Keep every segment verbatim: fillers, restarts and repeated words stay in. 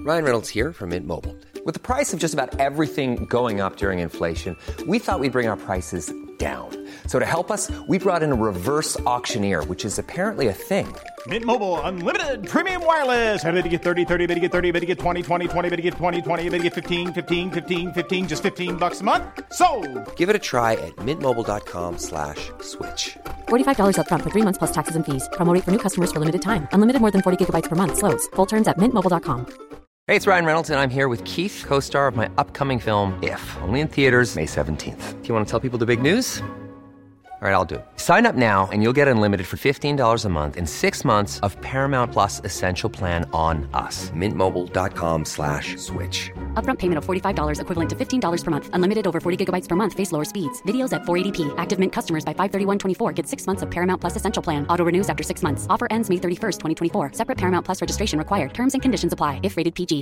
Ryan Reynolds here from Mint Mobile. With the price of just about everything going up during inflation, we thought we'd bring our prices down. So to help us, we brought in a reverse auctioneer, which is apparently a thing. Mint Mobile Unlimited Premium Wireless. How to get thirty, thirty, how to get thirty, how to get twenty, twenty, twenty, how to get twenty, twenty, how to get fifteen, fifteen, fifteen, fifteen, just fifteen bucks a month? Sold! Give it a try at mintmobile.com slash switch. forty-five dollars up front for three months plus taxes and fees. Promo rate for new customers for limited time. Unlimited more than forty gigabytes per month. Slows full terms at mint mobile dot com. Hey, it's Ryan Reynolds, and I'm here with Keith, co-star of my upcoming film, If, only in theaters May seventeenth. Do you want to tell people the big news? All right, I'll do it. Sign up now and you'll get unlimited for fifteen dollars a month and six months of Paramount Plus Essential Plan on us. Mintmobile.com slash switch. Upfront payment of forty-five dollars equivalent to fifteen dollars per month. Unlimited over forty gigabytes per month. Face lower speeds. Videos at four eighty p. Active Mint customers by five thirty-one twenty-four get six months of Paramount Plus Essential Plan. Auto renews after six months. Offer ends May thirty-first, twenty twenty-four. Separate Paramount Plus registration required. Terms and conditions apply if rated P G.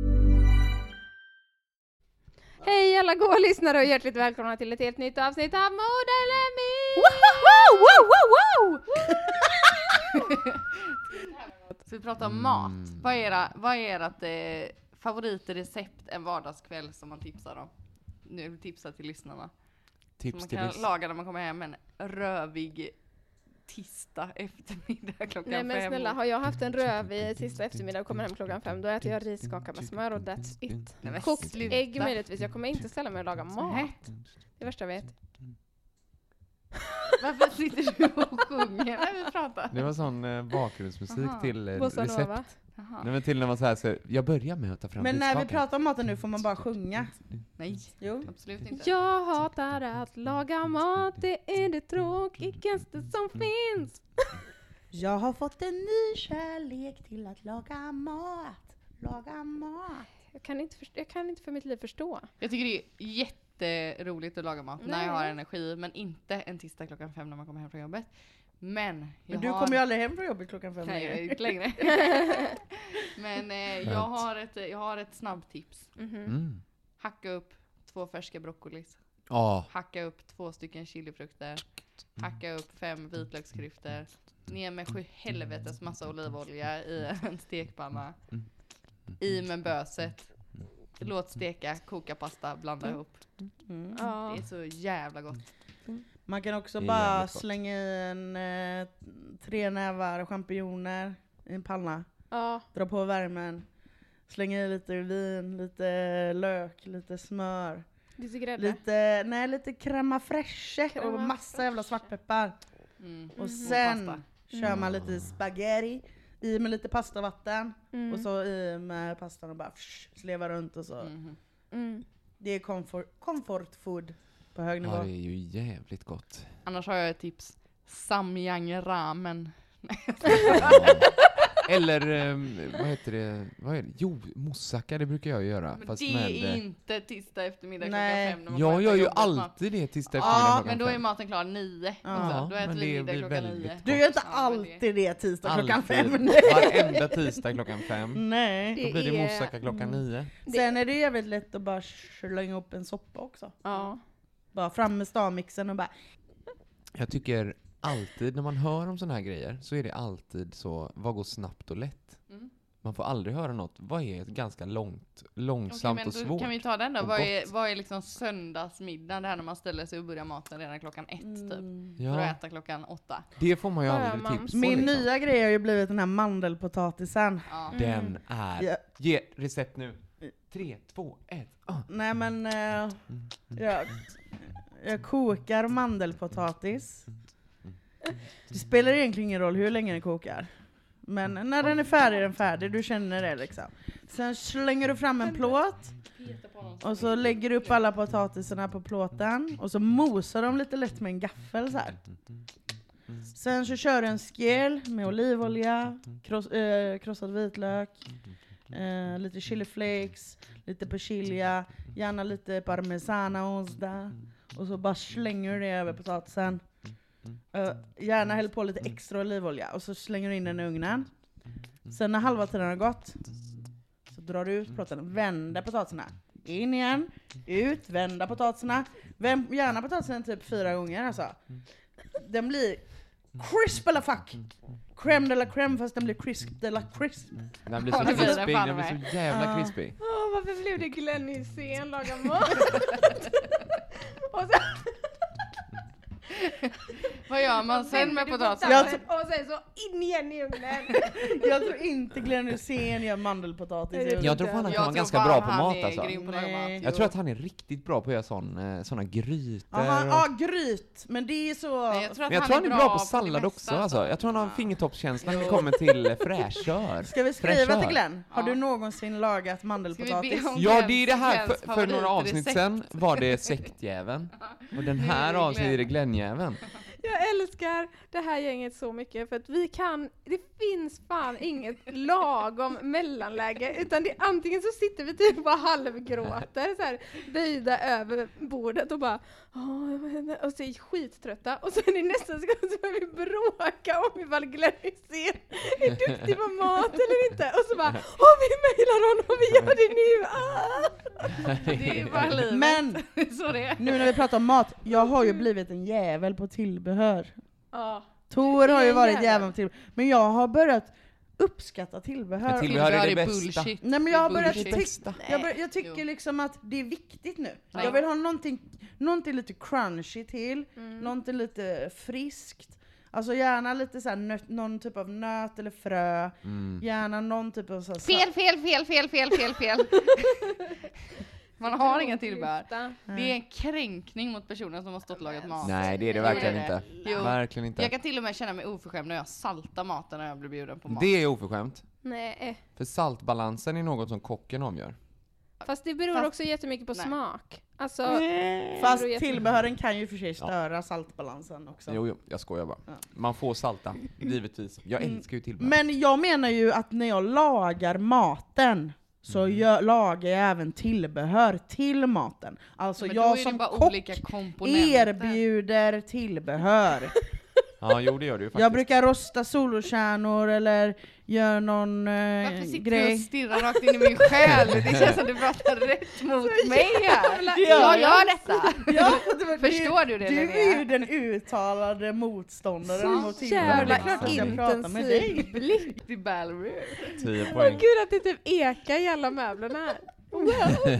Hej alla goa lyssnare och hjärtligt välkomna till ett helt nytt avsnitt av Mode eller Myt! Wow, wow, wow, wow! Så vi pratar om mat. Vad är era, vad är ert eh, favoritrecept en vardagskväll som man tipsar om? Nu tipsar till lyssnarna. Tips som till man kan lys- laga när man kommer hem en rövig tisdag eftermiddag klockan Nej men fem. snälla, har jag haft en röv i tisdag eftermiddag och kommer hem klockan fem, då äter jag riskaka med smör och that's it. Nej, men Kokt sluta. ägg möjligtvis, jag kommer inte ställa mig och laga mat. Nej. Det värsta jag vet. Varför sitter du och sjunger när vi pratar? Det var sån eh, bakgrundsmusik Aha. till eh, Bossa recept. Nova. Jaha. Nej, men till när man så här, så jag börjar med att ta fram Men när vi riskaka. pratar om maten nu får man bara sjunga. Nej, Jo. absolut inte. Jag hatar att laga mat, det är det tråkigaste som finns. Jag har fått en ny kärlek till att laga mat. Laga mat. Jag kan inte, förstå, jag kan inte för mitt liv förstå. Jag tycker det är jätteroligt att laga mat när Nej. jag har energi, men inte en tisdag klockan fem när man kommer hem från jobbet. Men, jag Men du har... kommer ju aldrig hem från jobbet klockan fem. Nej, inte längre. Men eh, jag, har ett, jag har ett snabbtips. Mhm. Mm. Hacka upp två färska broccolis. Ja, Hacka upp två stycken chilifrukter. Hacka upp fem vitlöksklyftor. Ner med sju helvetes massa olivolja i en stekpanna. I med böset. Låt steka, koka pasta, blanda ihop. Mm. Ja. Det är så jävla gott. Man kan också Det är bara jävligt gott. slänga i en eh, tre nävar champinjoner i en panna. Ja. Dra på värmen. Slänga i lite vin, lite lök, lite smör. Lite grädde. Lite, nej, lite crema fraiche och Crema massa jävla svartpeppar. Mm. Och sen pasta. kör man lite spaghetti. I med lite pastavatten. Mm. Och så i med pastan och bara psh, sleva runt och så. Mhm. Mm. Det är comfort, comfort food på hög nivå. ja, det är ju jävligt gott. Annars har jag ett tips. Samyang ramen. Eller, ehm, vad heter det? Vad är det? Jo, moussaka, det brukar jag göra. Men Fast det med, är eh, inte tisdag eftermiddag Nej. klockan fem. När man jag kommer gör från ju jobbet, man- alltid det tisdag Ja, eftermiddag klockan men då är fem. maten klar nio. Ja, också. Då äter men vi det middag blir klockan väldigt nio. gott. Du gör inte Ja, men det- alltid det tisdag klockan Alltid. fem. Varenda tisdag klockan fem. Nej. Då blir det är- moussaka klockan nio. Sen är det jävligt lätt att bara slänga upp en soppa också. Ja. Bara fram med stavmixen och bara... Jag tycker alltid när man hör om såna här grejer så är det alltid så, vad går snabbt och lätt? Mm. Man får aldrig höra något, vad är ganska långt, Okej, långsamt men och då svårt? kan vi ta den då. och Vad är, gott. vad är liksom söndagsmiddagen? Det här när man ställer sig och börjar maten redan klockan ett typ. För att Ja, äta klockan åtta. det får man ju Vad aldrig gör man? tips på. Min liksom. nya grej har ju blivit den här mandelpotatisen. Ja. Den är... Ja. Ge recept nu. Tre, två, ett. Ah. Nej men... Eh, jag, jag kokar mandelpotatis. Det spelar egentligen ingen roll hur länge den kokar. Men när den är färdig är den färdig. Du känner det liksom. Sen slänger du fram en plåt. Och så lägger du upp alla potatisarna på plåten. Och så mosar de lite lätt med en gaffel så här. Sen så kör du en skål med olivolja, kross, eh, krossad vitlök, eh, lite chiliflakes, lite persilja, gärna lite parmesanost där. Och så bara slänger du det över potatisen. Uh, gärna häll på lite extra olivolja och så slänger du in den i ugnen. Sen när halva tiden har gått så drar du ut plåten, vänder potatisarna. In igen, ut, vända potatisarna. Vänd gärna potatisen typ fyra gånger alltså. Den blir crisp eller fuck. crème de la crème fast den blir crisp de la crisp. Den blir så Ja, det blir det crispy, fan den blir med. så jävla Ja. crispy. Åh, varför blev det Glenn Hysén lagar mat? Och sen Vad gör man sen med potatisen? Jag och sen så in igen i ugnen. Jag tror inte Glenn Hysén gör mandelpotatis. i ugn. Jag tror fan han kan Jag vara tror ganska fan bra på han mat är alltså. grym på att laga Nej. mat. Jag tror att han är riktigt bra på att göra sån, eh, såna grytor. Ja, han, och- ja, gryt. Men det är så... Nej, jag tror att Men jag tror han är bra på det sallad mesta, också alltså. Jag tror han har Ja. fingertoppskänsla när det kommer till eh, fräschör. Ska vi skriva Fräschör. till Glenn? Har Ja. du någonsin lagat Ska mandelpotatis? vi be om Ja, Glens- det är det här. Glens För, för några avsnitt favoritrecept? sen var det sektjäveln. Och den Nu är här det avsnittet är det Glenn. Glenjäveln. Jag älskar det här gänget så mycket för att vi kan, det finns fan inget lagom mellanläge utan det är antingen så sitter vi typ bara halvgråter så här böjda över bordet och bara åh, jag vet inte, och så är skittrötta och så är det nästa sekund så börjar vi bråka om ifall Glenn Hysén är duktig på mat eller inte och så bara åh vi mejlar honom, vi gör det nu ah! Det är bara livet. Men Så det är. nu när vi pratar om mat, jag har ju blivit en jävel på tillbehör. Ja. Tor har ju en varit jävel. jävel på tillbehör. Men jag har börjat uppskatta tillbehör. Men tillbehör är det Tillbehör bästa. bullshit. Nej men jag har Det är börjat bullshit. tycka, Bästa. jag, bör, jag tycker Jo. liksom att det är viktigt nu. Nej. Jag vill ha någonting, någonting lite crunchy till, Mm. någonting lite friskt. Alltså gärna lite så här nöt, någon typ av nöt eller frö. Mm. Gärna någon typ av så här, Fel, fel, fel, fel, fel, fel, fel. Man har inga tillbehör. Det är en kränkning mot personen som har stått och lagat mat. Nej, det är det Jo, verkligen det är inte. det. Jo. Verkligen inte. Jag kan till och med känna mig oförskämd när jag saltar maten när jag blir bjuden på mat. Det är oförskämt. Nej, För saltbalansen är något som kocken avgör. fast det beror Fast- också jättemycket på nej. smak. Alltså, Fast Det beror jätte- tillbehören kan ju för sig störa saltbalansen också. Jo, jo, jag skojar bara. Ja. Man får salta, givetvis. Jag Mm. älskar ju tillbehör. Men jag menar ju att när jag lagar maten så Mm. jag, lagar jag även tillbehör till maten. Alltså Men då jag är det som bara kock olika komponenter. erbjuder tillbehör. Ja, jo, det gör du ju faktiskt. Jag brukar rosta solokärnor eller gör någon eh, Varför sitter du och grej. stirrar rakt in i min själ? Det känns som du pratar rätt mot mig här. jävla- Jag gör detta. Ja, det var- Förstår du det, Du Linnea? är ju den uttalade motståndaren så mot tillbehör. Det är jävla klart att jag pratar med dig. intensiv blick. Till Ballery. tio Åh poäng. gud att det typ ekar i alla möblerna här. Wow.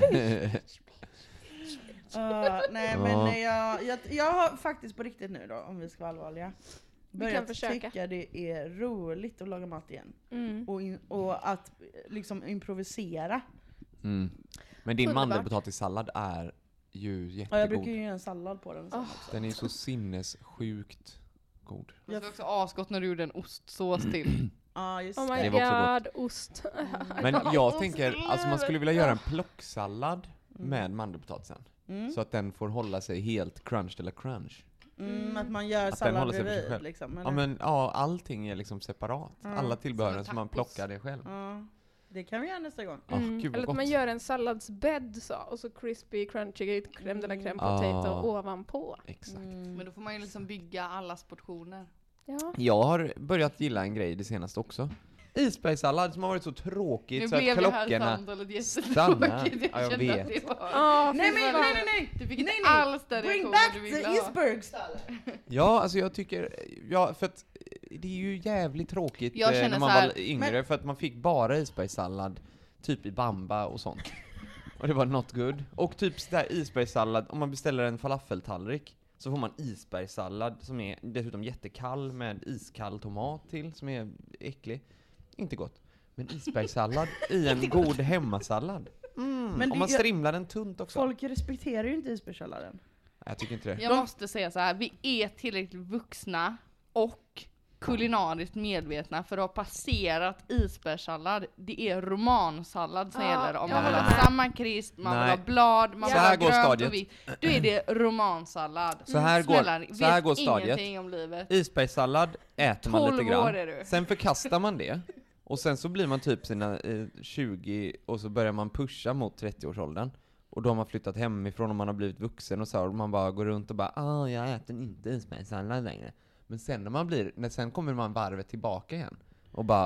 Uh, nej Ja. men nej, jag, jag, jag har faktiskt på riktigt nu då, om vi ska vara allvarliga, Vi börjat kan försöka. tycka det är roligt att laga mat igen. Mm. Och, in, och att liksom improvisera. Mm. Men din Underbart. mandelpotatissallad är ju Ja, jag jättegod. brukar ju göra en sallad på den sen Åh. också. Den är så sinnessjukt god. Det var också asgott när du gjorde en ostsås till. Ja, just Oh det. my Det var också god, ost. Men Ja, jag ost tänker, i alltså man skulle vilja livet. göra en plocksallad med mandelpotatisen. Mm. Så att den får hålla sig helt crunch eller crunch. Mm, att man gör Att den sallad håller sig för sig bredvid själv. liksom. Ja eller? men ja, allting är liksom separat. Mm. Alla Som tillbehören en som man tacos. plockar det själv. Ja, det kan vi göra nästa gång. Ah, Mm. gud vad Eller att gott. man gör en salladsbädd så, och så crispy, crunchy, crème de la crème potato Ah. ovanpå. Exakt. Mm. Men då får man ju liksom bygga allas portioner. Ja. Jag har börjat gilla en grej det senaste också. Isbergssallad som har varit så tråkigt Nu så att blev det här klockorna samtalet stannar. jättetråkigt. Ja, jag kände vet. att det var... Ah, Nej, fy men, fan. nej, nej, nej! Du fick nej, inte nej. alls den Bring reaktionen back du the ville ha. iceberg style! Ja, alltså jag tycker, ja för att det är ju jävligt tråkigt Jag eh, känner när man så här, var yngre för att man fick bara isbergssallad typ i bamba och sånt. Och det var not good. Och typ sådär isbergssallad, om man beställer en falafeltallrik så får man isbergssallad som är dessutom jättekall med iskall tomat till som är äcklig. Inte gott. Men isbergssallad i en god hemmasallad. Mm, Men om det- man jag- strimlar den tunt också. Folk respekterar ju inte isbergssalladen. Nej, jag tycker inte det. Jag måste säga så här, vi är tillräckligt vuxna och kulinariskt medvetna för att ha passerat isbergssallad. Det är romansallad som Ja, gäller. Om jag man vill håller ha med. samma krist, man Nej. vill ha blad, man Så vill här ha går grönt stadiet. och vitt. Då är det romansallad. Så här går- Snälla, så här vet går stadiet. ingenting om livet. Isbergssallad äter man lite tolv år grann. är du. Sen förkastar man det. Och sen så blir man typ sina eh, tjugo och så börjar man pusha mot trettio-årsåldern. Och då har man flyttat hemifrån och man har blivit vuxen och så här, och man bara går runt och bara ah, jag äter inte isbergssallad längre. Men sen när man blir, när sen kommer man varvet tillbaka igen och bara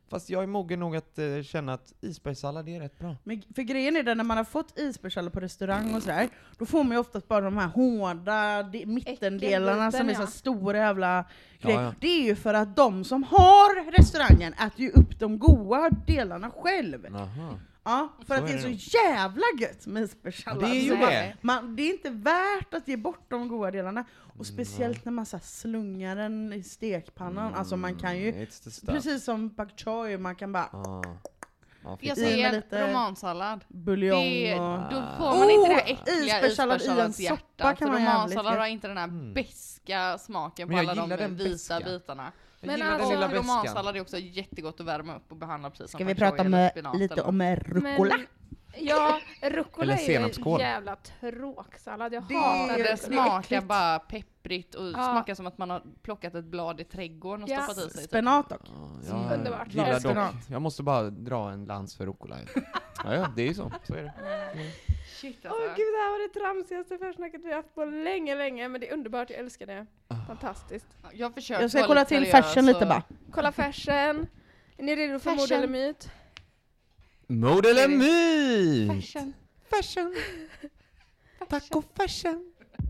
Fast jag är mogen nog att uh, känna att isbergssallad är rätt bra. Men för grejen är det, när man har fått isbergssallad på restaurang och sådär, då får man ju oftast bara de här hårda de, mittendelarna som är så ja. stora jävla grejer. Ja, ja. Det är ju för att de som har restaurangen äter ju upp de goda delarna själv. Aha. Ja, för Så att det är är så det. jävla gött med isbergssallad. Ja, det är ju Så det. Man, det är inte värt att ge bort de goda delarna. Och speciellt när man så här slungar den i stekpannan. Mm, Alltså man kan ju, it's the stuff. precis som pak choi, man kan bara Ah. Ja, Jag I med ser lite romansallad. buljong Det, och... då får man inte det Oh, här äckliga isbergssallad i en isbergssalladshjärtat. soppa kan För vara jävligt romansallad gött. har inte den här Mm. beska smaken på Men jag alla gillar de den vita beska. bitarna. Jag Men gillar alltså, den lilla Och väskan. romansallad är också jättegott att värma upp och behandla precis som Ska vi pak choi prata eller med, spinat lite eller om något. rucola? Men, ja, rucola Eller är ju senapskål. en jävla tråksallad. Jag Det- hatar Det det är smakar äckligt. bara pepprigt och Ja. smakar som att man har plockat ett blad i trädgården och Ja. stoppat i sig. typ. Spenat dock. Ja, Underbart. jag gillar Spenat. dock. Jag måste bara dra en lans för rucola. Ja, ja, det är ju så. Så är det. Shit Åh alltså. gud, det här var det tramsigaste försnacket vi har haft på länge, länge. Men det är underbart, jag älskar det. Fantastiskt. Jag, försökt Jag ska vara kolla lite till seriös fashion lite och- bara. Kolla fashion. Är ni redo för mode Fashion. eller myt? Mode eller myt? Fashion. Fashion. Taco fashion.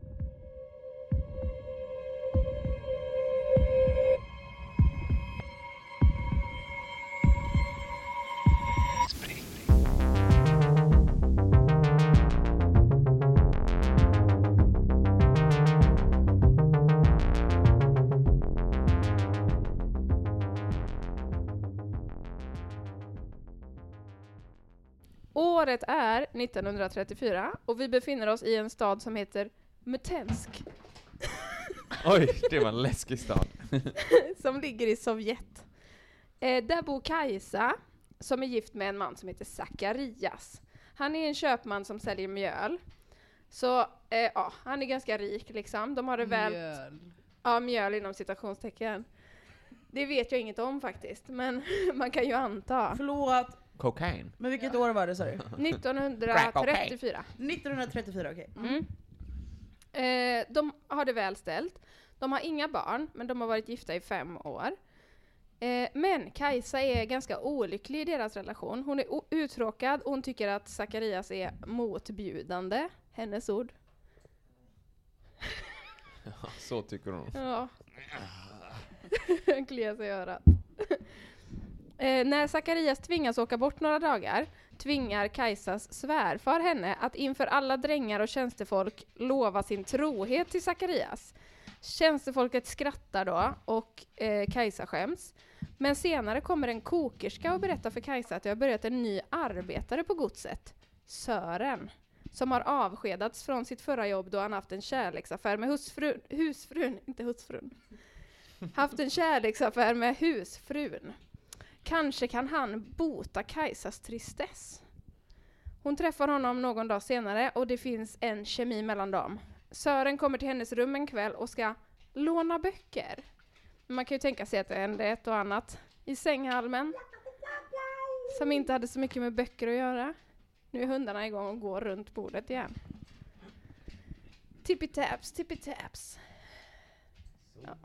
Året är nittonhundratrettiofyra och vi befinner oss i en stad som heter Mtensk. Oj, det var en läskig stad. Som ligger i Sovjet. Eh, där bor Kajsa, som är gift med en man som heter Zacharias. Han är en köpman som säljer mjöl. Så eh, ja, han är ganska rik liksom. De har det väl... Mjöl. Ja, mjöl inom citationstecken. Det vet jag inget om faktiskt, men man kan ju anta. Förlåt, Cocaine. men vilket år var det sa du? nittonhundratrettiofyra. nittonhundratrettiofyra, okej. Mm. Eh, de har det väl ställt. De har inga barn, men de har varit gifta i fem år. Eh, men Kajsa är ganska olycklig i deras relation. Hon är o- uttråkad och hon tycker att Zacharias är motbjudande. Hennes ord. Ja, så tycker hon. Ja. Kliar sig i örat. Eh, när Zacharias tvingas åka bort några dagar tvingar Kajsas svärfar henne att inför alla drängar och tjänstefolk lova sin trohet till Zacharias. Tjänstefolket skrattar då och eh, Kajsa skäms. Men senare kommer en kokerska och berättar för Kajsa att det har börjat en ny arbetare på godset, Sören, som har avskedats från sitt förra jobb då han haft en kärleksaffär med husfrun, husfrun, inte husfrun, haft en kärleksaffär med husfrun. Kanske kan han bota Kajsas tristess. Hon träffar honom någon dag senare och det finns en kemi mellan dem. Sören kommer till hennes rum en kväll och ska låna böcker. Man kan ju tänka sig att det hände ett och annat i sänghalmen som inte hade så mycket med böcker att göra. Nu är hundarna igång och går runt bordet igen. Tippy-taps, tippy-taps. Ja.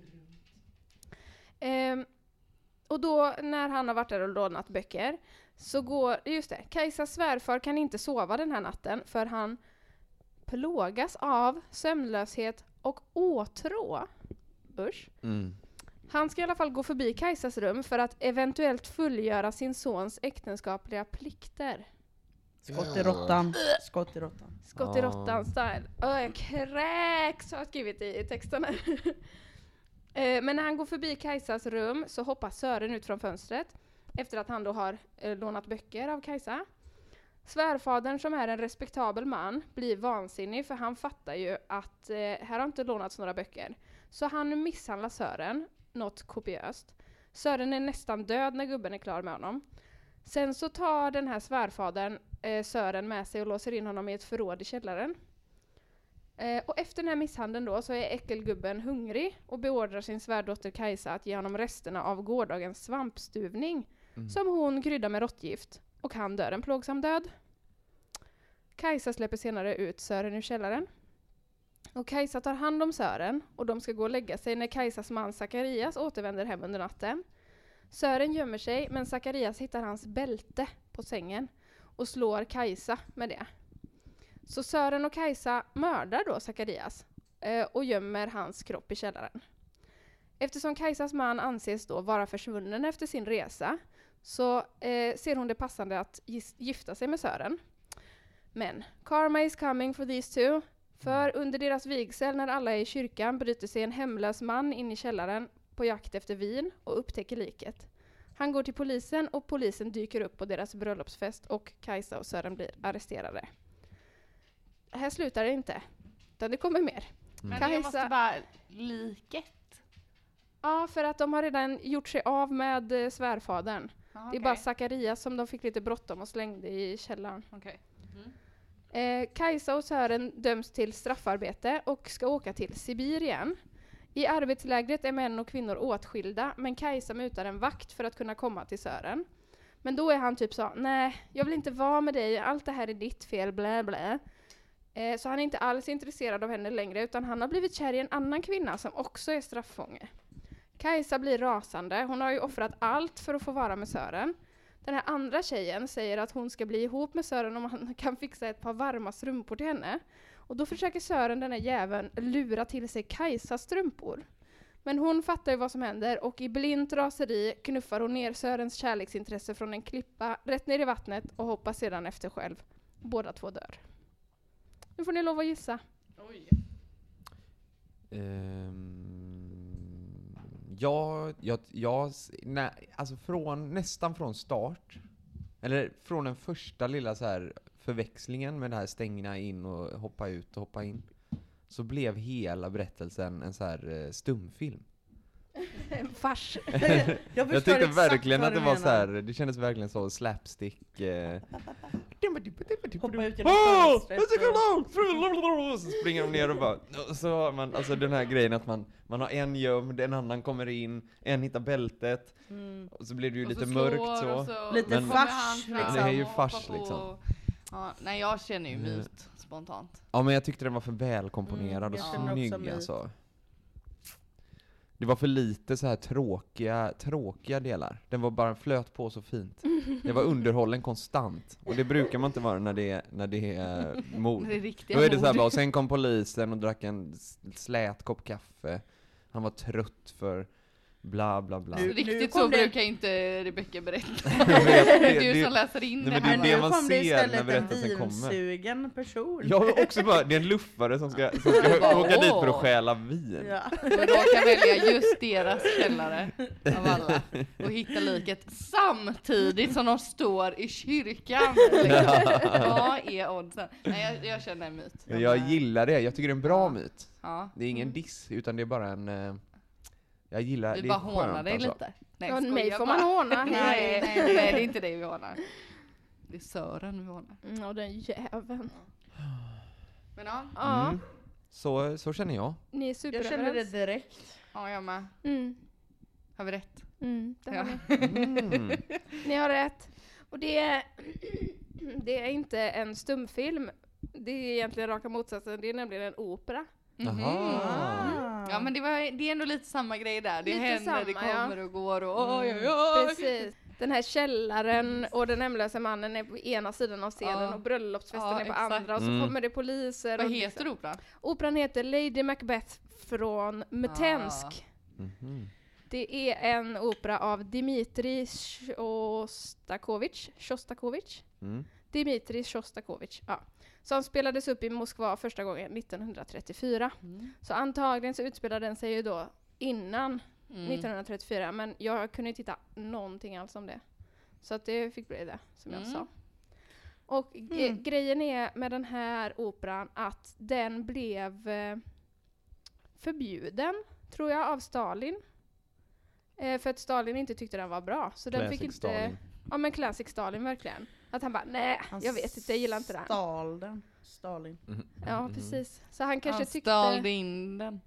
Ehm, och då när han har varit där och lånat böcker så går, just det, Kajsas svärfar kan inte sova den här natten för han plågas av sömnlöshet och åtrå. Usch. Mm. Han ska i alla fall gå förbi Kajsas rum för att eventuellt fullgöra sin sons äktenskapliga plikter. Skott i råttan. Skott i råttan. Skott i Ah. råttan style. Öh, jag kräks har jag skrivit i texten här. eh, men när han går förbi Kajsas rum så hoppar Sören ut från fönstret efter att han då har eh, lånat böcker av Kajsa. Svärfadern, som är en respektabel man, blir vansinnig för han fattar ju att eh, här har inte lånats några böcker. Så han misshandlar Sören, något kopiöst. Sören är nästan död när gubben är klar med honom. Sen så tar den här svärfadern eh, Sören med sig och låser in honom i ett förråd i källaren. Eh, och efter den här misshandeln då så är äckelgubben hungrig och beordrar sin svärdotter Kajsa att ge honom resterna av gårdagens svampstuvning som hon kryddar med råttgift. Och han dör en plågsam död. Kajsa släpper senare ut Sören ur källaren. Och Kajsa tar hand om Sören och de ska gå och lägga sig när Kajsas man Zacharias återvänder hem under natten. Sören gömmer sig, men Zacharias hittar hans bälte på sängen och slår Kajsa med det. Så Sören och Kajsa mördar då Zacharias eh, och gömmer hans kropp i källaren. Eftersom Kajsas man anses då vara försvunnen efter sin resa så eh, ser hon det passande att gis- gifta sig med Sören. Men karma is coming for these two. För under deras vigsel när alla är i kyrkan bryter sig en hemlös man in i källaren på jakt efter vin och upptäcker liket. Han går till polisen och polisen dyker upp på deras bröllopsfest och Kajsa och Sören blir arresterade. Här slutar det inte, utan det kommer mer. Men Kajsa- jag måste bara, liket? Ja, för att de har redan gjort sig av med eh, svärfadern. Ah, Det är okej. bara Zacharias som de fick lite bråttom och slängde i källaren. Okej. Eh, Kajsa och Sören döms till straffarbete och ska åka till Sibirien. I arbetslägret är män och kvinnor åtskilda, men Kajsa mutar en vakt för att kunna komma till Sören. Men då är han typ så, nej, jag vill inte vara med dig, allt det här är ditt fel, blä blä. Eh, så han är inte alls intresserad av henne längre, utan han har blivit kär i en annan kvinna som också är straffånge. Kajsa blir rasande, hon har ju offrat allt för att få vara med Sören. Den här andra tjejen säger att hon ska bli ihop med Sören om han kan fixa ett par varma strumpor till henne. Och då försöker Sören, den här jäveln, lura till sig Kajsas strumpor. Men hon fattar ju vad som händer och i blint raseri knuffar hon ner Sörens kärleksintresse från en klippa rätt ner i vattnet och hoppar sedan efter själv. Båda två dör. Nu får ni lov att gissa. Oj. Ehm, ja, jag, jag, nej, alltså från, nästan från start, eller från den första lilla så här förväxlingen med det här stänga in och hoppa ut och hoppa in, så blev hela berättelsen en så här eh, stumfilm. En fars. Jag, Jag förstår tyckte exakt verkligen vad att det du var menar. så här, det kändes verkligen så slapstick. Eh. Hoppa ut genom Åh, fönstret jag tycker och- långt! Och så springer de ner och bara, och så har man alltså den här grejen att man, man har en gömd, en annan kommer in, en hittar bältet, Mm. och så blir det ju Och lite så mörkt slår så. och så Lite kommer fars, han fram liksom. Det är ju och fars, hoppar på. liksom. Ja, nej, jag känner ju Mm. myt spontant. Ja, men jag tyckte den var för välkomponerad Mm, och jag känner också snygg mig. alltså. Det var för lite så här tråkiga, tråkiga delar. Den var bara flöt på så fint. Det var underhållen konstant. Och det brukar man inte vara när det är, när det är mord. Det är riktiga Då är det så här mord. bara, och sen kom polisen och drack en s- slät kopp kaffe. Han var trött för bla bla bla. Nu- Riktigt nu så kom det- brukar inte Rebecca berätta. Jag vet, det- Du det- som läser in nej, det men här. det är det Nu man kom det ser istället när en berättelsen kommer. vinsugen person. Jag har också bara, det är en luffare som ska, som ska Bara, åka dit för att åh. stjäla vin. Ja. Och råkar välja just deras källare av alla och hitta liket samtidigt som de står i kyrkan. Vad är oddsen? Nej, jag, jag känner en myt. Men jag gillar det, jag tycker det är en bra Ja. myt. Ja. Det är ingen diss, utan det är bara en... eh, Jag gillar, Vi det bara är hånar skönt dig alltså. lite. Nej, Ja, skojar mig får bara. man håna. Nej, Hej. nej, nej, det är inte det vi hånar. Det är Sören vi hånar. Mm, och den jäveln. Men ja, Ja, Mm. Så, så känner jag. ni är Jag känner det superöverens. direkt. ja, jag med. Mm, Har vi rätt? mm, det har Ja. ni. Mm. Ni har rätt. Och det är, det är inte en stumfilm. Det är egentligen raka motsatsen. Det är nämligen en opera. Mhm. Aha. Ja, men det, var, det är ändå lite samma grej där. Det Lite händer, det samma, ja. kommer och går och oj, oj, oj. Precis. Den här källaren och den hemlösa mannen är på ena sidan av scenen Ja. och bröllopsfesten Ja, är på exakt. andra och så Mm. kommer det poliser. Vad och heter operan? Operan heter Lady Macbeth från Mtensk. Mhm. Det är en opera av Dmitrij Shostakovich. Shostakovich? Mm. Dmitrij Shostakovich, ja. Som spelades upp i Moskva första gången nittonhundratrettiofyra. Mm. Så antagligen så utspelade den sig ju då innan Mm. nittonhundratrettiofyra, men jag kunde inte hitta någonting alls om det. Så att det fick bli det, som jag Mm. sa. Och ge- Mm. grejen är med den här operan att den blev eh, förbjuden, tror jag, av Stalin. Eh, för att Stalin inte tyckte den var bra. Så den Classic fick inte... Stalin. Ja, men classic Stalin, verkligen. Att han bara, nej, jag vet inte, jag gillar inte den. Stal den. Stalin. Mhm. Ja, Mhm. precis. Så han kanske Han tyckte... stalde in den.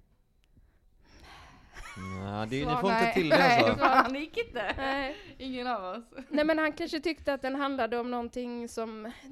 Ja, det, ni Svag- får inte Nej, till det nej, alltså. fan, det gick inte. Nej. Ingen av oss. Nej, men han kanske tyckte att den handlade om någonting som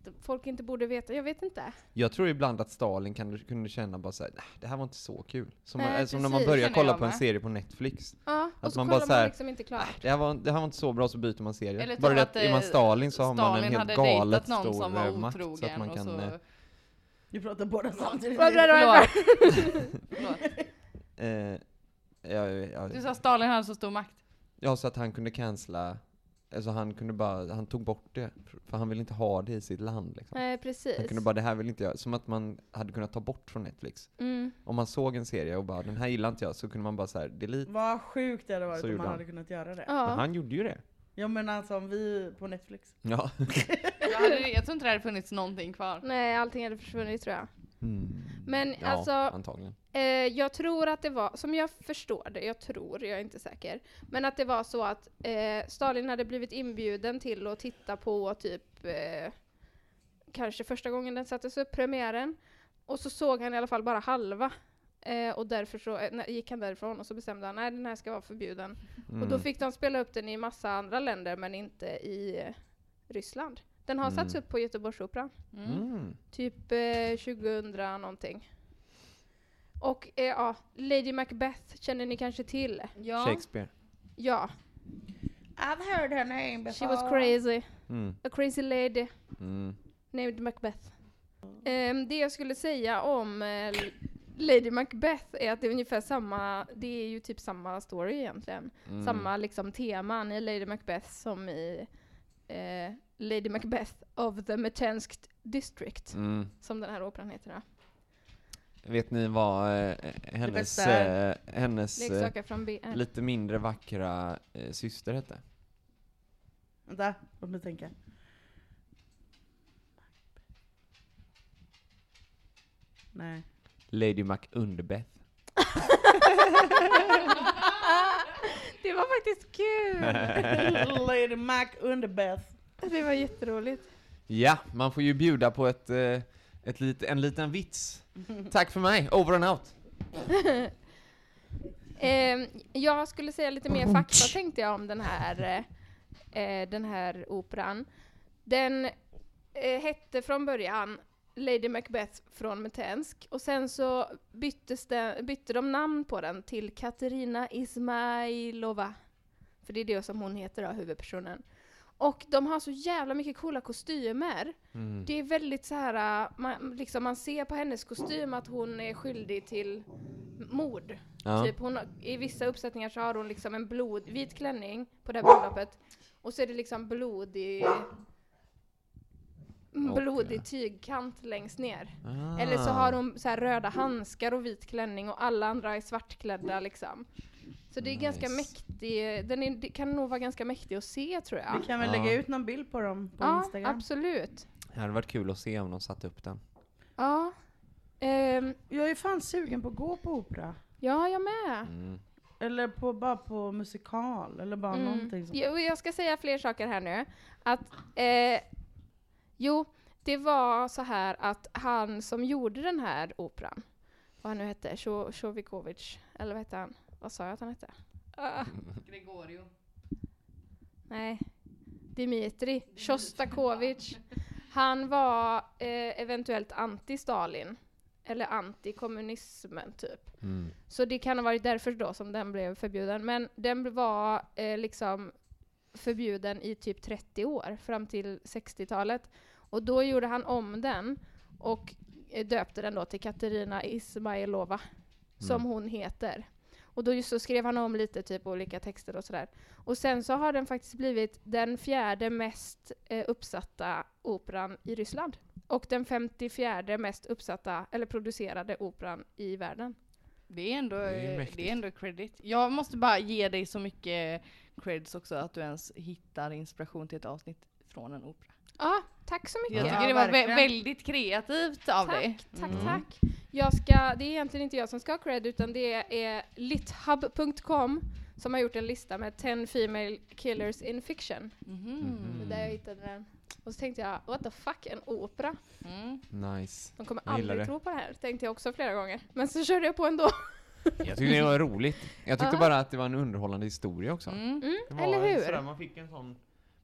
folk inte borde veta. Jag vet inte. Jag tror ibland att Stalin kan, kunde känna bara såhär, nej, det här var inte så kul. Som, Nej, man, som när man precis. börjar Känner kolla jag på en med. serie på Netflix. Ja, och Att så man kollar bara man så här, liksom inte klart. Det här, var, det här var inte så bra, så byter man serie. Eller Bara typ det att, att är man eh, Stalin så har man en Stalin helt hade galet dejtat någon stor som var eh, makt. Så att otrogen man och kan... så... eh, Vi pratar båda samtidigt. Vad bra, det var Förlåt. Förlåt. eh, ja, ja, Du sa Stalin hade så stor makt. ja, så att han kunde cancella, alltså han kunde bara, han tog bort det, för han ville inte ha det i sitt land liksom. Nej, precis. Han kunde bara, det här vill inte jag, som att man hade kunnat ta bort från Netflix. Mm. Om man såg en serie och bara, den här gillar inte jag, så kunde man bara så här, delete. Vad sjukt det hade varit Så om gjorde man han. hade kunnat göra det. Men Ja. han gjorde ju det. Jag menar som vi på Netflix. Ja. Jag, hade, jag tror inte det hade funnits någonting kvar. Nej, allting hade försvunnit tror jag. Mm. Men Ja, alltså, antagligen. eh, jag tror att det var, som jag förstår det, jag tror, jag är inte säker, men att det var så att eh, Stalin hade blivit inbjuden till att titta på typ, eh, kanske första gången den sattes upp, premiären, och så såg han i alla fall bara halva. Eh, och därför så eh, när- gick han därifrån och så bestämde han, nej den här ska vara förbjuden. Mm. Och då fick de spela upp den i massa andra länder, men inte i eh, Ryssland. Den har Mm. satts upp på Göteborgsoperan. Mm. Mm. Typ eh, tjugohundra någonting. Och eh, ja, Lady Macbeth känner ni kanske till? Ja. Shakespeare. Ja, I've heard her name before. she was crazy. Mm. A crazy lady Mm. named Macbeth. Ehm, det jag skulle säga om eh, Lady Macbeth är att det är ungefär samma, det är ju typ samma story egentligen. Mm. Samma liksom teman i Lady Macbeth som i eh, Lady Macbeth of the Metensk District, Mm. som den här operan heter då. Vet ni vad eh, hennes, bästa är- eh, hennes eh, Leksaker från B R. lite mindre vackra eh, syster hette? Vänta, låt mig tänka. Nej. Lady MacUnderbeth. Det var faktiskt kul! Lady Mac Underbeth. Det var jätteroligt. Ja, man får ju bjuda på ett, eh, ett lit, en liten vits. Tack för mig, over and out. Ehm, jag skulle säga lite mer fakta tänkte jag om den här, eh, den här operan. Den eh, hette från början Lady Macbeth från Metensk, och sen så byttes den, bytte de namn på den till Katerina Ismailova. För det är det som hon heter då, huvudpersonen. Och de har så jävla mycket coola kostymer. Mm. Det är väldigt så här, äh, man, liksom man ser på hennes kostym att hon är skyldig till mord. Ja. Typ hon, har- i vissa uppsättningar så har hon liksom en blod, vit klänning på det här bröllopet. Och så är det liksom blodig, mm, Okej. blodig tygkant längst ner. Ah. Eller så har hon så här röda handskar och vit klänning och alla andra är svartklädda liksom. Så det är ganska Nice. mäktig, den är, det kan nog vara ganska mäktig att se tror jag. Vi kan väl Ja. lägga ut någon bild på dem på Ja, Instagram. absolut. Det hade varit kul att se om de satte upp den. Ja. Ehm, Jag är fan sugen på att gå på opera. ja, jag med. Mm. Eller på, bara på musikal. Eller bara någonting som... Jo, jag ska säga fler saker här nu. Att, eh, jo, det var så här att han som gjorde den här operan, vad han nu hette, Sho- Shostakovich, eller vad hette han? Vad sa jag att han hette? Ah, Gregorio. nej, Dmitri Shostakovich. Han var eh, eventuellt anti-Stalin, eller anti-kommunismen typ. Mm. Så det kan ha varit därför då som den blev förbjuden. Men den var eh, liksom förbjuden i typ trettio år, fram till sextiotalet. Och då gjorde han om den och eh, döpte den då till Katerina Ismailova, som Mm. hon heter. Och då just så skrev han om lite typ olika texter och sådär. Och sen så har den faktiskt blivit den fjärde mest eh, uppsatta operan i Ryssland. Och den femtiofjärde mest uppsatta, eller producerade operan i världen. Det är ändå, Det är det är mäktigt. ändå credit. Jag måste bara ge dig så mycket creds också att du ens hittar inspiration till ett avsnitt från en opera. Ja, tack så mycket. Jag Ja, tycker det var vä- verkligen. väldigt kreativt av dig. Tack, tack, Mm. tack. Jag ska, det är egentligen inte jag som ska ha cred, utan det är lithub punkt com som har gjort en lista med ten female killers in fiction. Mhm. Det är där jag hittade den. Och så tänkte jag, what the fuck, en opera? Mm. Nice. De kommer Jag gillar aldrig det. tro på det här, tänkte jag också flera gånger. Men så körde jag på ändå. Jag tyckte det var roligt. Jag tyckte Ja. bara att det var en underhållande historia också. Mm. Mm, Det var eller hur? Sådär, man fick en sån,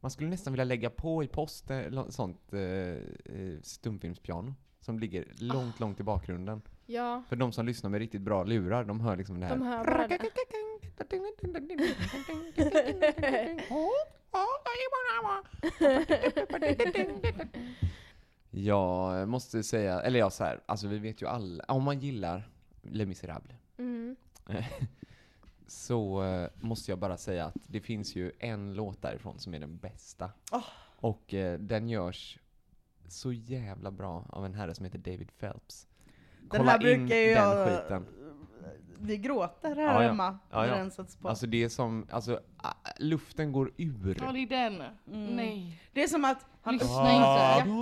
Man skulle nästan vilja lägga på i post eh, sånt eh, stumfilmspiano som ligger långt, långt i bakgrunden. Ja, För de som lyssnar med riktigt bra lurar, de hör liksom det här. de hör bara det. Jag måste säga, eller jag så här, alltså vi vet ju alla, om man gillar Les Misérables Mm. så eh, måste jag bara säga att det finns ju en låt därifrån som är den bästa. Oh. Och eh, den görs så jävla bra av en herre som heter David Phelps. Den Kolla här in brukar ju den jag... skiten. Vi gråter här Ja, ja. hemma Ja, när ja. den sätts på. Alltså det är som, alltså ah, luften går ur. Ja, det är den. Mm. Nej. Det är som att han Lyssna öppnar inte.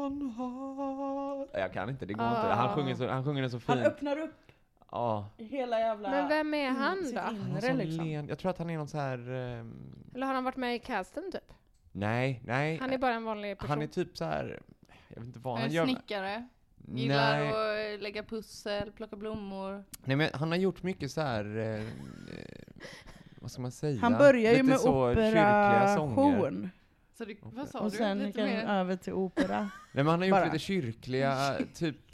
hjärta. Jag kan inte, det går Ah. inte. Han sjunger, så, han sjunger den så Han fint. öppnar upp Ja. hela jävla... Men vem är han sitt då? Han har inre sån liksom. len, jag tror att han är någon så här. ehm, Eller har han varit med i casten typ? nej, nej. Han är bara en vanlig person. Han är typ så här. Jag vet inte vad Han han är gör. snickare. Gillar Nej. att lägga pussel, plocka blommor. nej, men han har gjort mycket så här. Eh, eh, vad ska man säga? Han börjar ju Lite med så kyrkliga sånger. operation. Så det, vad sa Och du? sen Lite gick han mer? över till opera. Nej, men han har gjort Bara. lite kyrkliga typ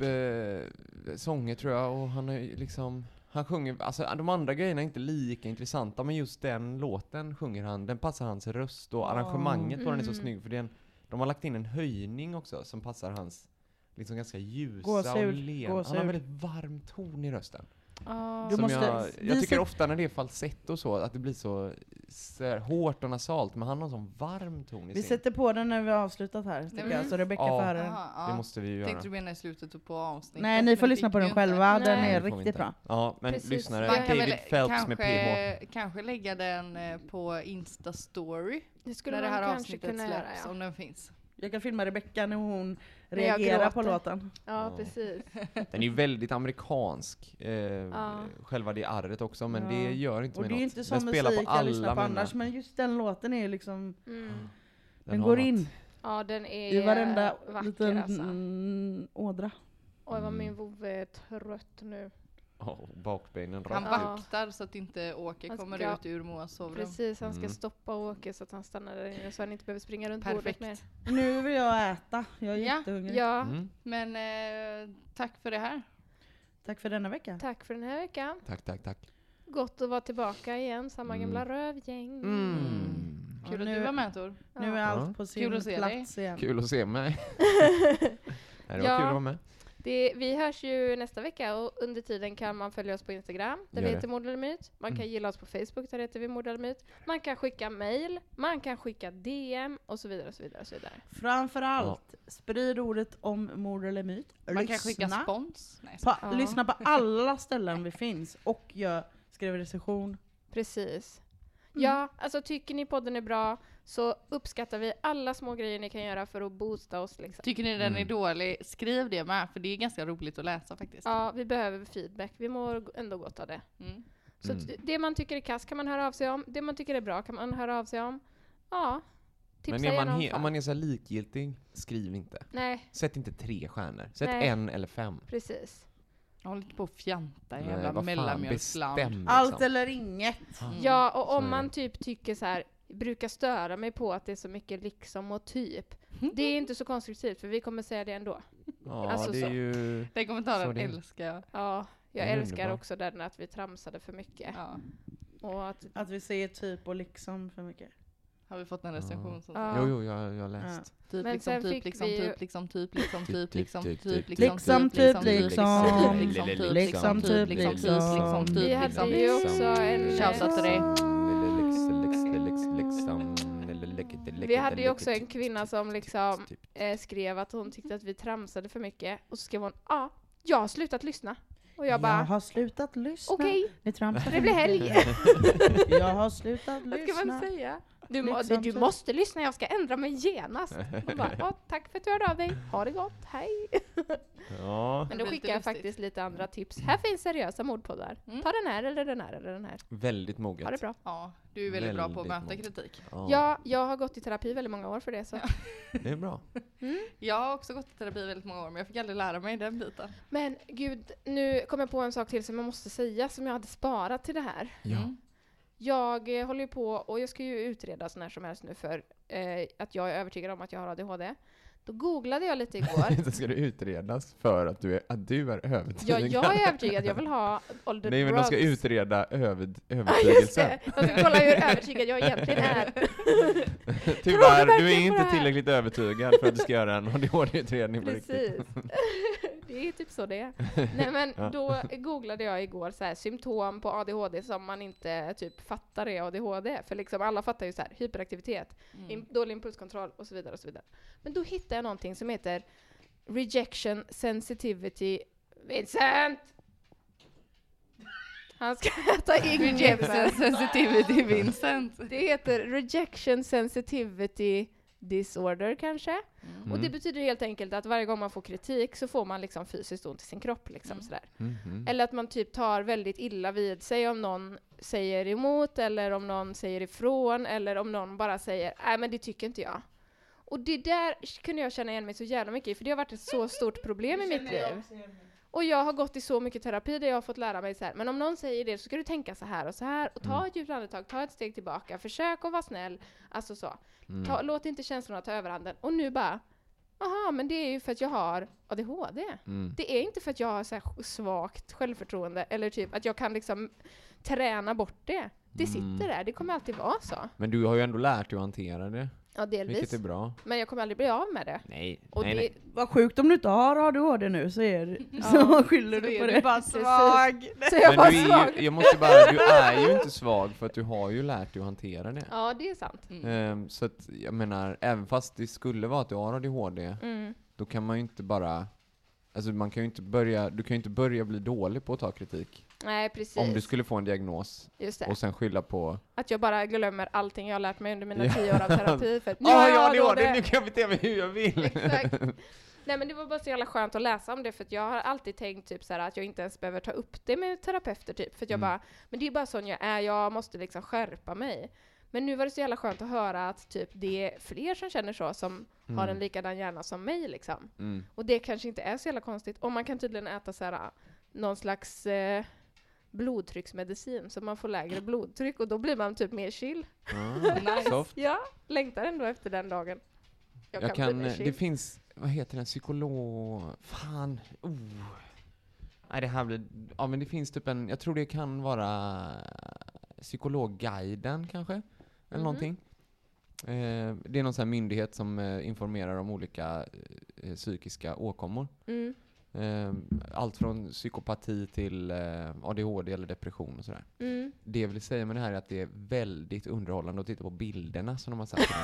eh, sånger tror jag, och han har ju liksom han sjunger, alltså de andra grejerna är inte lika intressanta, men just den låten sjunger han, den passar hans röst och arrangemanget på den är så Mm. snygg, för den, de har lagt in en höjning också som passar hans liksom ganska ljusa Gåshud, och len. Han gåshud. har väldigt varm ton i rösten. Ah. Du Som måste- jag, vi jag tycker ser- ofta när det är falsett och så, att det blir så, så här, hårt och nasalt, men han har en sån varm ton i Vi sin. sätter på den när vi har avslutat här, tycker Mm. jag. Så Rebecca Ja. får höra den. Aha, ja. Det måste vi ju göra. Tänkte du mena i slutet på avsnittet? Nej, ni får Men det lyssna på fick den vi inte. själva. Den Nej. är Det får vi riktigt inte. bra. Ja, men Precis. lyssnare, Man kan David väl Phelps med P H. kanske, kanske lägga den eh, på Insta-story Det skulle när det man här kanske avsnittet kunna släpps, göra, ja. om den finns. Jag kan filma Rebecca när hon När jag reagerar på gråter. låten. Ja, Ja. precis. Den är ju väldigt amerikansk, eh, Ja. själva det arret också, men Ja. det gör inte Och med det är något. inte Den som spelar musik jag lyssnar på mina- annars, men just den låten är ju liksom, Mm. den har går något. in Ja, den är i varenda vacker liten alltså. mm, ådra. Oj, vad min Mm. vovve är trött nu. Oh, bakbenen Han rakt Ja. ut. vaktar så att inte Åke Han kommer ska- ut ur Moas sovrum. Precis, han ska Mm. stoppa Åke så att han stannar där inne så han inte behöver springa runt bordet Perfekt. mer. Nu vill jag äta, jag är Ja, jättehungrig. Ja, Mm. Men eh, tack för det här. Tack för denna vecka. tack för den här veckan. Tack, tack, tack. Gott att vara tillbaka igen, samma Mm. gamla rövgäng. Mm. Kul Ja, att nu- du var med, Tor. Nu är Ja. allt Ja. på sin Kul att se plats igen. Kul att se mig. Nej, det var Ja. kul att vara med. Det, vi hörs ju nästa vecka och under tiden kan man följa oss på Instagram där Gör vi det. heter Mord eller Myt. Man kan Mm. gilla oss på Facebook där heter vi Mord eller Myt. Man kan skicka mail, man kan skicka D M och så vidare och så vidare och så vidare. Framförallt, sprid ordet om mord eller myt. Man kan skicka Lyssna spons. Nej, på, Ja. lyssna på alla ställen vi finns och gör, skriv recension. Precis. Mm. Ja, alltså tycker ni podden är bra så uppskattar vi alla små grejer ni kan göra för att boosta oss liksom. Tycker ni den är Mm. dålig, skriv det med, för det är ganska roligt att läsa faktiskt. Ja, vi behöver feedback. Vi mår ändå gott av det. Mm. Så Mm. att det man tycker är kass kan man höra av sig om. Det man tycker är bra kan man höra av sig om. Ja, tipsa Men är gärna man om he- fall. om man är så här likgiltig, skriv inte. Nej, Sätt inte tre stjärnor. Sätt Nej. en eller fem. precis. Jag håller inte på att fjanta i Nej, jävla vad fan, mellanmjölksland. bestäm, liksom. Allt eller inget. Mm. Ja, och Så om är man det. typ tycker så här, brukar störa mig på att det är så mycket liksom och typ. Det är inte så konstruktivt för vi kommer säga det ändå. Ja, Alltså det så. är ju... Den Så kommentaren det- älskar jag. Ja, jag Den är älskar underbar. också den att vi tramsade för mycket. Ja. Och att, Att vi säger typ och liksom för mycket. Har vi fått en recension som Ja. Jo, jo, jag, jag har läst. typ Men liksom sen typ fick liksom vi ju- typ liksom typ liksom typ Typ, liksom typ, typ typ, liksom Liksom, typ typ, liksom liksom. liksom typ Liksom, liksom typ, typ liksom typ liksom liksom. typ vi hade liksom ju också en... Shoutout till dig. Vi hade ju också en kvinna som liksom Typ. eh, skrev att hon tyckte att vi tramsade för mycket. Och så skrev hon, ja, jag har slutat lyssna. Och jag bara, Jag har slutat lyssna. okej, Ni tramsar det blir helg. Jag har slutat Vad lyssna. ska man säga? Du, må, Liksom du så. måste lyssna, jag ska ändra mig genast. Hon bara, ja, tack för att du hörde av dig. Ha det gott, hej. Ja, Men då Det blir skickar lite jag lustigt. faktiskt lite andra tips. Här finns seriösa mordpoddar. Mm. Ta den här eller den här eller den här. väldigt moget. Ha det bra. Ja, du är väldigt, bra på att Väldigt möta många. kritik. Ja, Ja, jag har gått i terapi väldigt många år för det. Så. det är bra. Jag har också gått i terapi väldigt många år, men jag fick aldrig lära mig den biten. Men gud, nu kom jag på en sak till som jag måste säga som jag hade sparat till det här. Ja. Mm. Jag eh, håller ju på, och jag ska ju utreda sån här som helst nu för eh, att jag är övertygad om att jag har A D H D. Då googlade jag lite igår. Det ska du utredas för att du är, att du är övertygad. Ja, jag är övertygad. Jag vill ha all the Nej, men de ska drugs. utreda över, Ja, just övertygelsen. det. De ska kolla hur övertygad jag egentligen är. Tyvärr, du är verkligen på inte det här? tillräckligt övertygad för att du ska göra en A D H D-utredning på Precis. riktigt. Det är typ så det är. Nej, men Ja. då googlade jag igår så här, symptom på A D H D som man inte typ fattar är A D H D. För liksom alla fattar ju så här, hyperaktivitet, Mm. im- dålig impulskontroll och så vidare och så vidare. Men då hittade jag någonting som heter rejection sensitivity. Vincent! Han ska ta in Rejection sensitivity Vincent. Det heter rejection sensitivity disorder kanske. Mm. Och det betyder helt enkelt att varje gång man får kritik så får man liksom fysiskt ont i sin kropp. Liksom, Mm. sådär. Mhm. Eller att man typ tar väldigt illa vid sig om någon säger emot, eller om någon säger ifrån, eller om någon bara säger nej men det tycker inte jag. Och det där kunde jag känna igen mig så jävla mycket i, för det har varit ett så stort problem i mitt liv. Och jag har gått i så mycket terapi där jag har fått lära mig så här, men om någon säger det så ska du tänka så här och så här, och ta Mm. ett djupt andetag, ta ett steg tillbaka, försök att vara snäll, alltså så. Mm. Ta, låt inte känslorna ta överhanden. Och nu bara, aha, men det är ju för att jag har A D H D. Mm. Det är inte för att jag har så här svagt självförtroende, eller typ att jag kan liksom träna bort det. Det sitter Mm. där, det kommer alltid vara så. Men du har ju ändå lärt dig att hantera det, Ja, delvis. vilket är bra. Men jag kommer aldrig bli av med det. Nej, Och nej, det, nej. Vad sjukt om du inte har A D H D nu, så, är det, Ja. så skyller Så du är på du det. bara Precis. svag. Så jag var Men du är svag. ju, jag måste bara, du är ju inte svag för att du har ju lärt dig att hantera det. Ja, det är sant. Mm. Ehm, så att, jag menar, även fast det skulle vara att du har A D H D, Mm. då kan man ju inte bara, alltså man kan ju inte börja, du kan ju inte börja bli dålig på att ta kritik. Nej, precis. Om du skulle få en diagnos Just det. och sen skylla på Att jag bara glömmer allting jag har lärt mig under mina Ja. tio år av terapi. För att nu Ja, har ja, jag det då var det, nu kan jag bete mig hur jag vill. Exakt. Nej, men det var bara så jävla skönt att läsa om det, för att jag har alltid tänkt typ så här, att jag inte ens behöver ta upp det med terapeuter typ, för att jag Mm. bara, men det är bara sån jag är, jag måste liksom skärpa mig. Men nu var det så jävla skönt att höra att typ det är fler som känner så, som Mm. har en likadan hjärna som mig liksom. Mm. Och det kanske inte är så jävla konstigt. Och man kan tydligen äta så här, någon slags eh, blodtrycksmedicin, så man får lägre blodtryck, och då blir man typ mer chill. Ah, Nice. soft. Ja, längtar ändå efter den dagen. Jag, Jag kan, kan, bli mer det chill. finns, vad heter den, psykolog, fan, oh. Nej, det här blir, ja men det finns typ en, jag tror det kan vara psykologguiden kanske, eller Mhm. någonting. Eh, det är någon sån här myndighet som eh, informerar om olika eh, psykiska åkommor. Mm, Eh, allt från psykopati till eh, A D H D eller depression och sådär. mm. Det jag vill säga med det här är att det är väldigt underhållande att titta på bilderna som de har satt i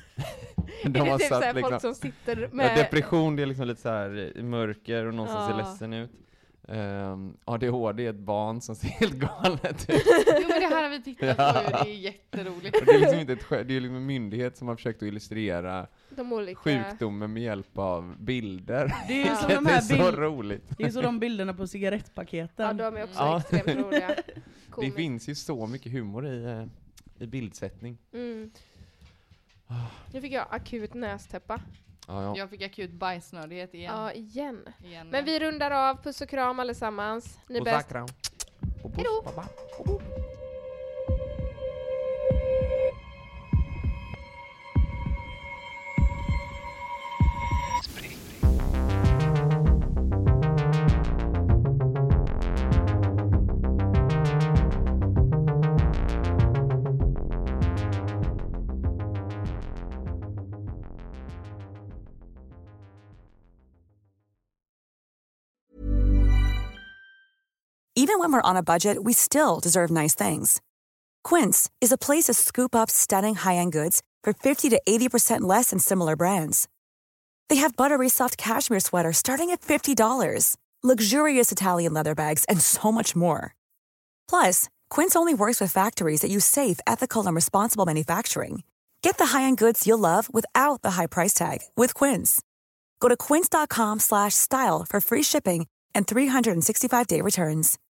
den. är det typ såhär folk som sitter med... Ja, depression, det är liksom lite så här i mörker och någon som ser Ja. ledsen ut. Um, A D H D är ett barn som ser helt galet ut. Jo, men det här har vi tittat på, Ja. det är jätteroligt. Och det är liksom inte ett skämt, det är liksom en myndighet som har försökt att illustrera de olika... sjukdomen med hjälp av bilder. Det är ju som Vilket de är här så bild, roligt. det är så de bilderna på cigarettpaketen. Ja, de är också Ja. extremt roliga. Det Komiskt. finns ju så mycket humor i, eh, i bildsättning. Mm. Nu fick jag akut nästäppa. Ja, ja. Jag fick akut bajsnödighet igen. Ja, igen. igen Men vi rundar av. Puss och kram allesammans. Ni är Och bäst. sakra. Och puss, Hejdå. baba. Even when we're on a budget, we still deserve nice things. Quince is a place to scoop up stunning high-end goods for fifty to eighty percent less than similar brands. They have buttery soft cashmere sweaters starting at fifty dollars, luxurious Italian leather bags, and so much more. Plus, Quince only works with factories that use safe, ethical, and responsible manufacturing. Get the high-end goods you'll love without the high price tag with Quince. Go to quince.com slash style for free shipping and three sixty-five day returns.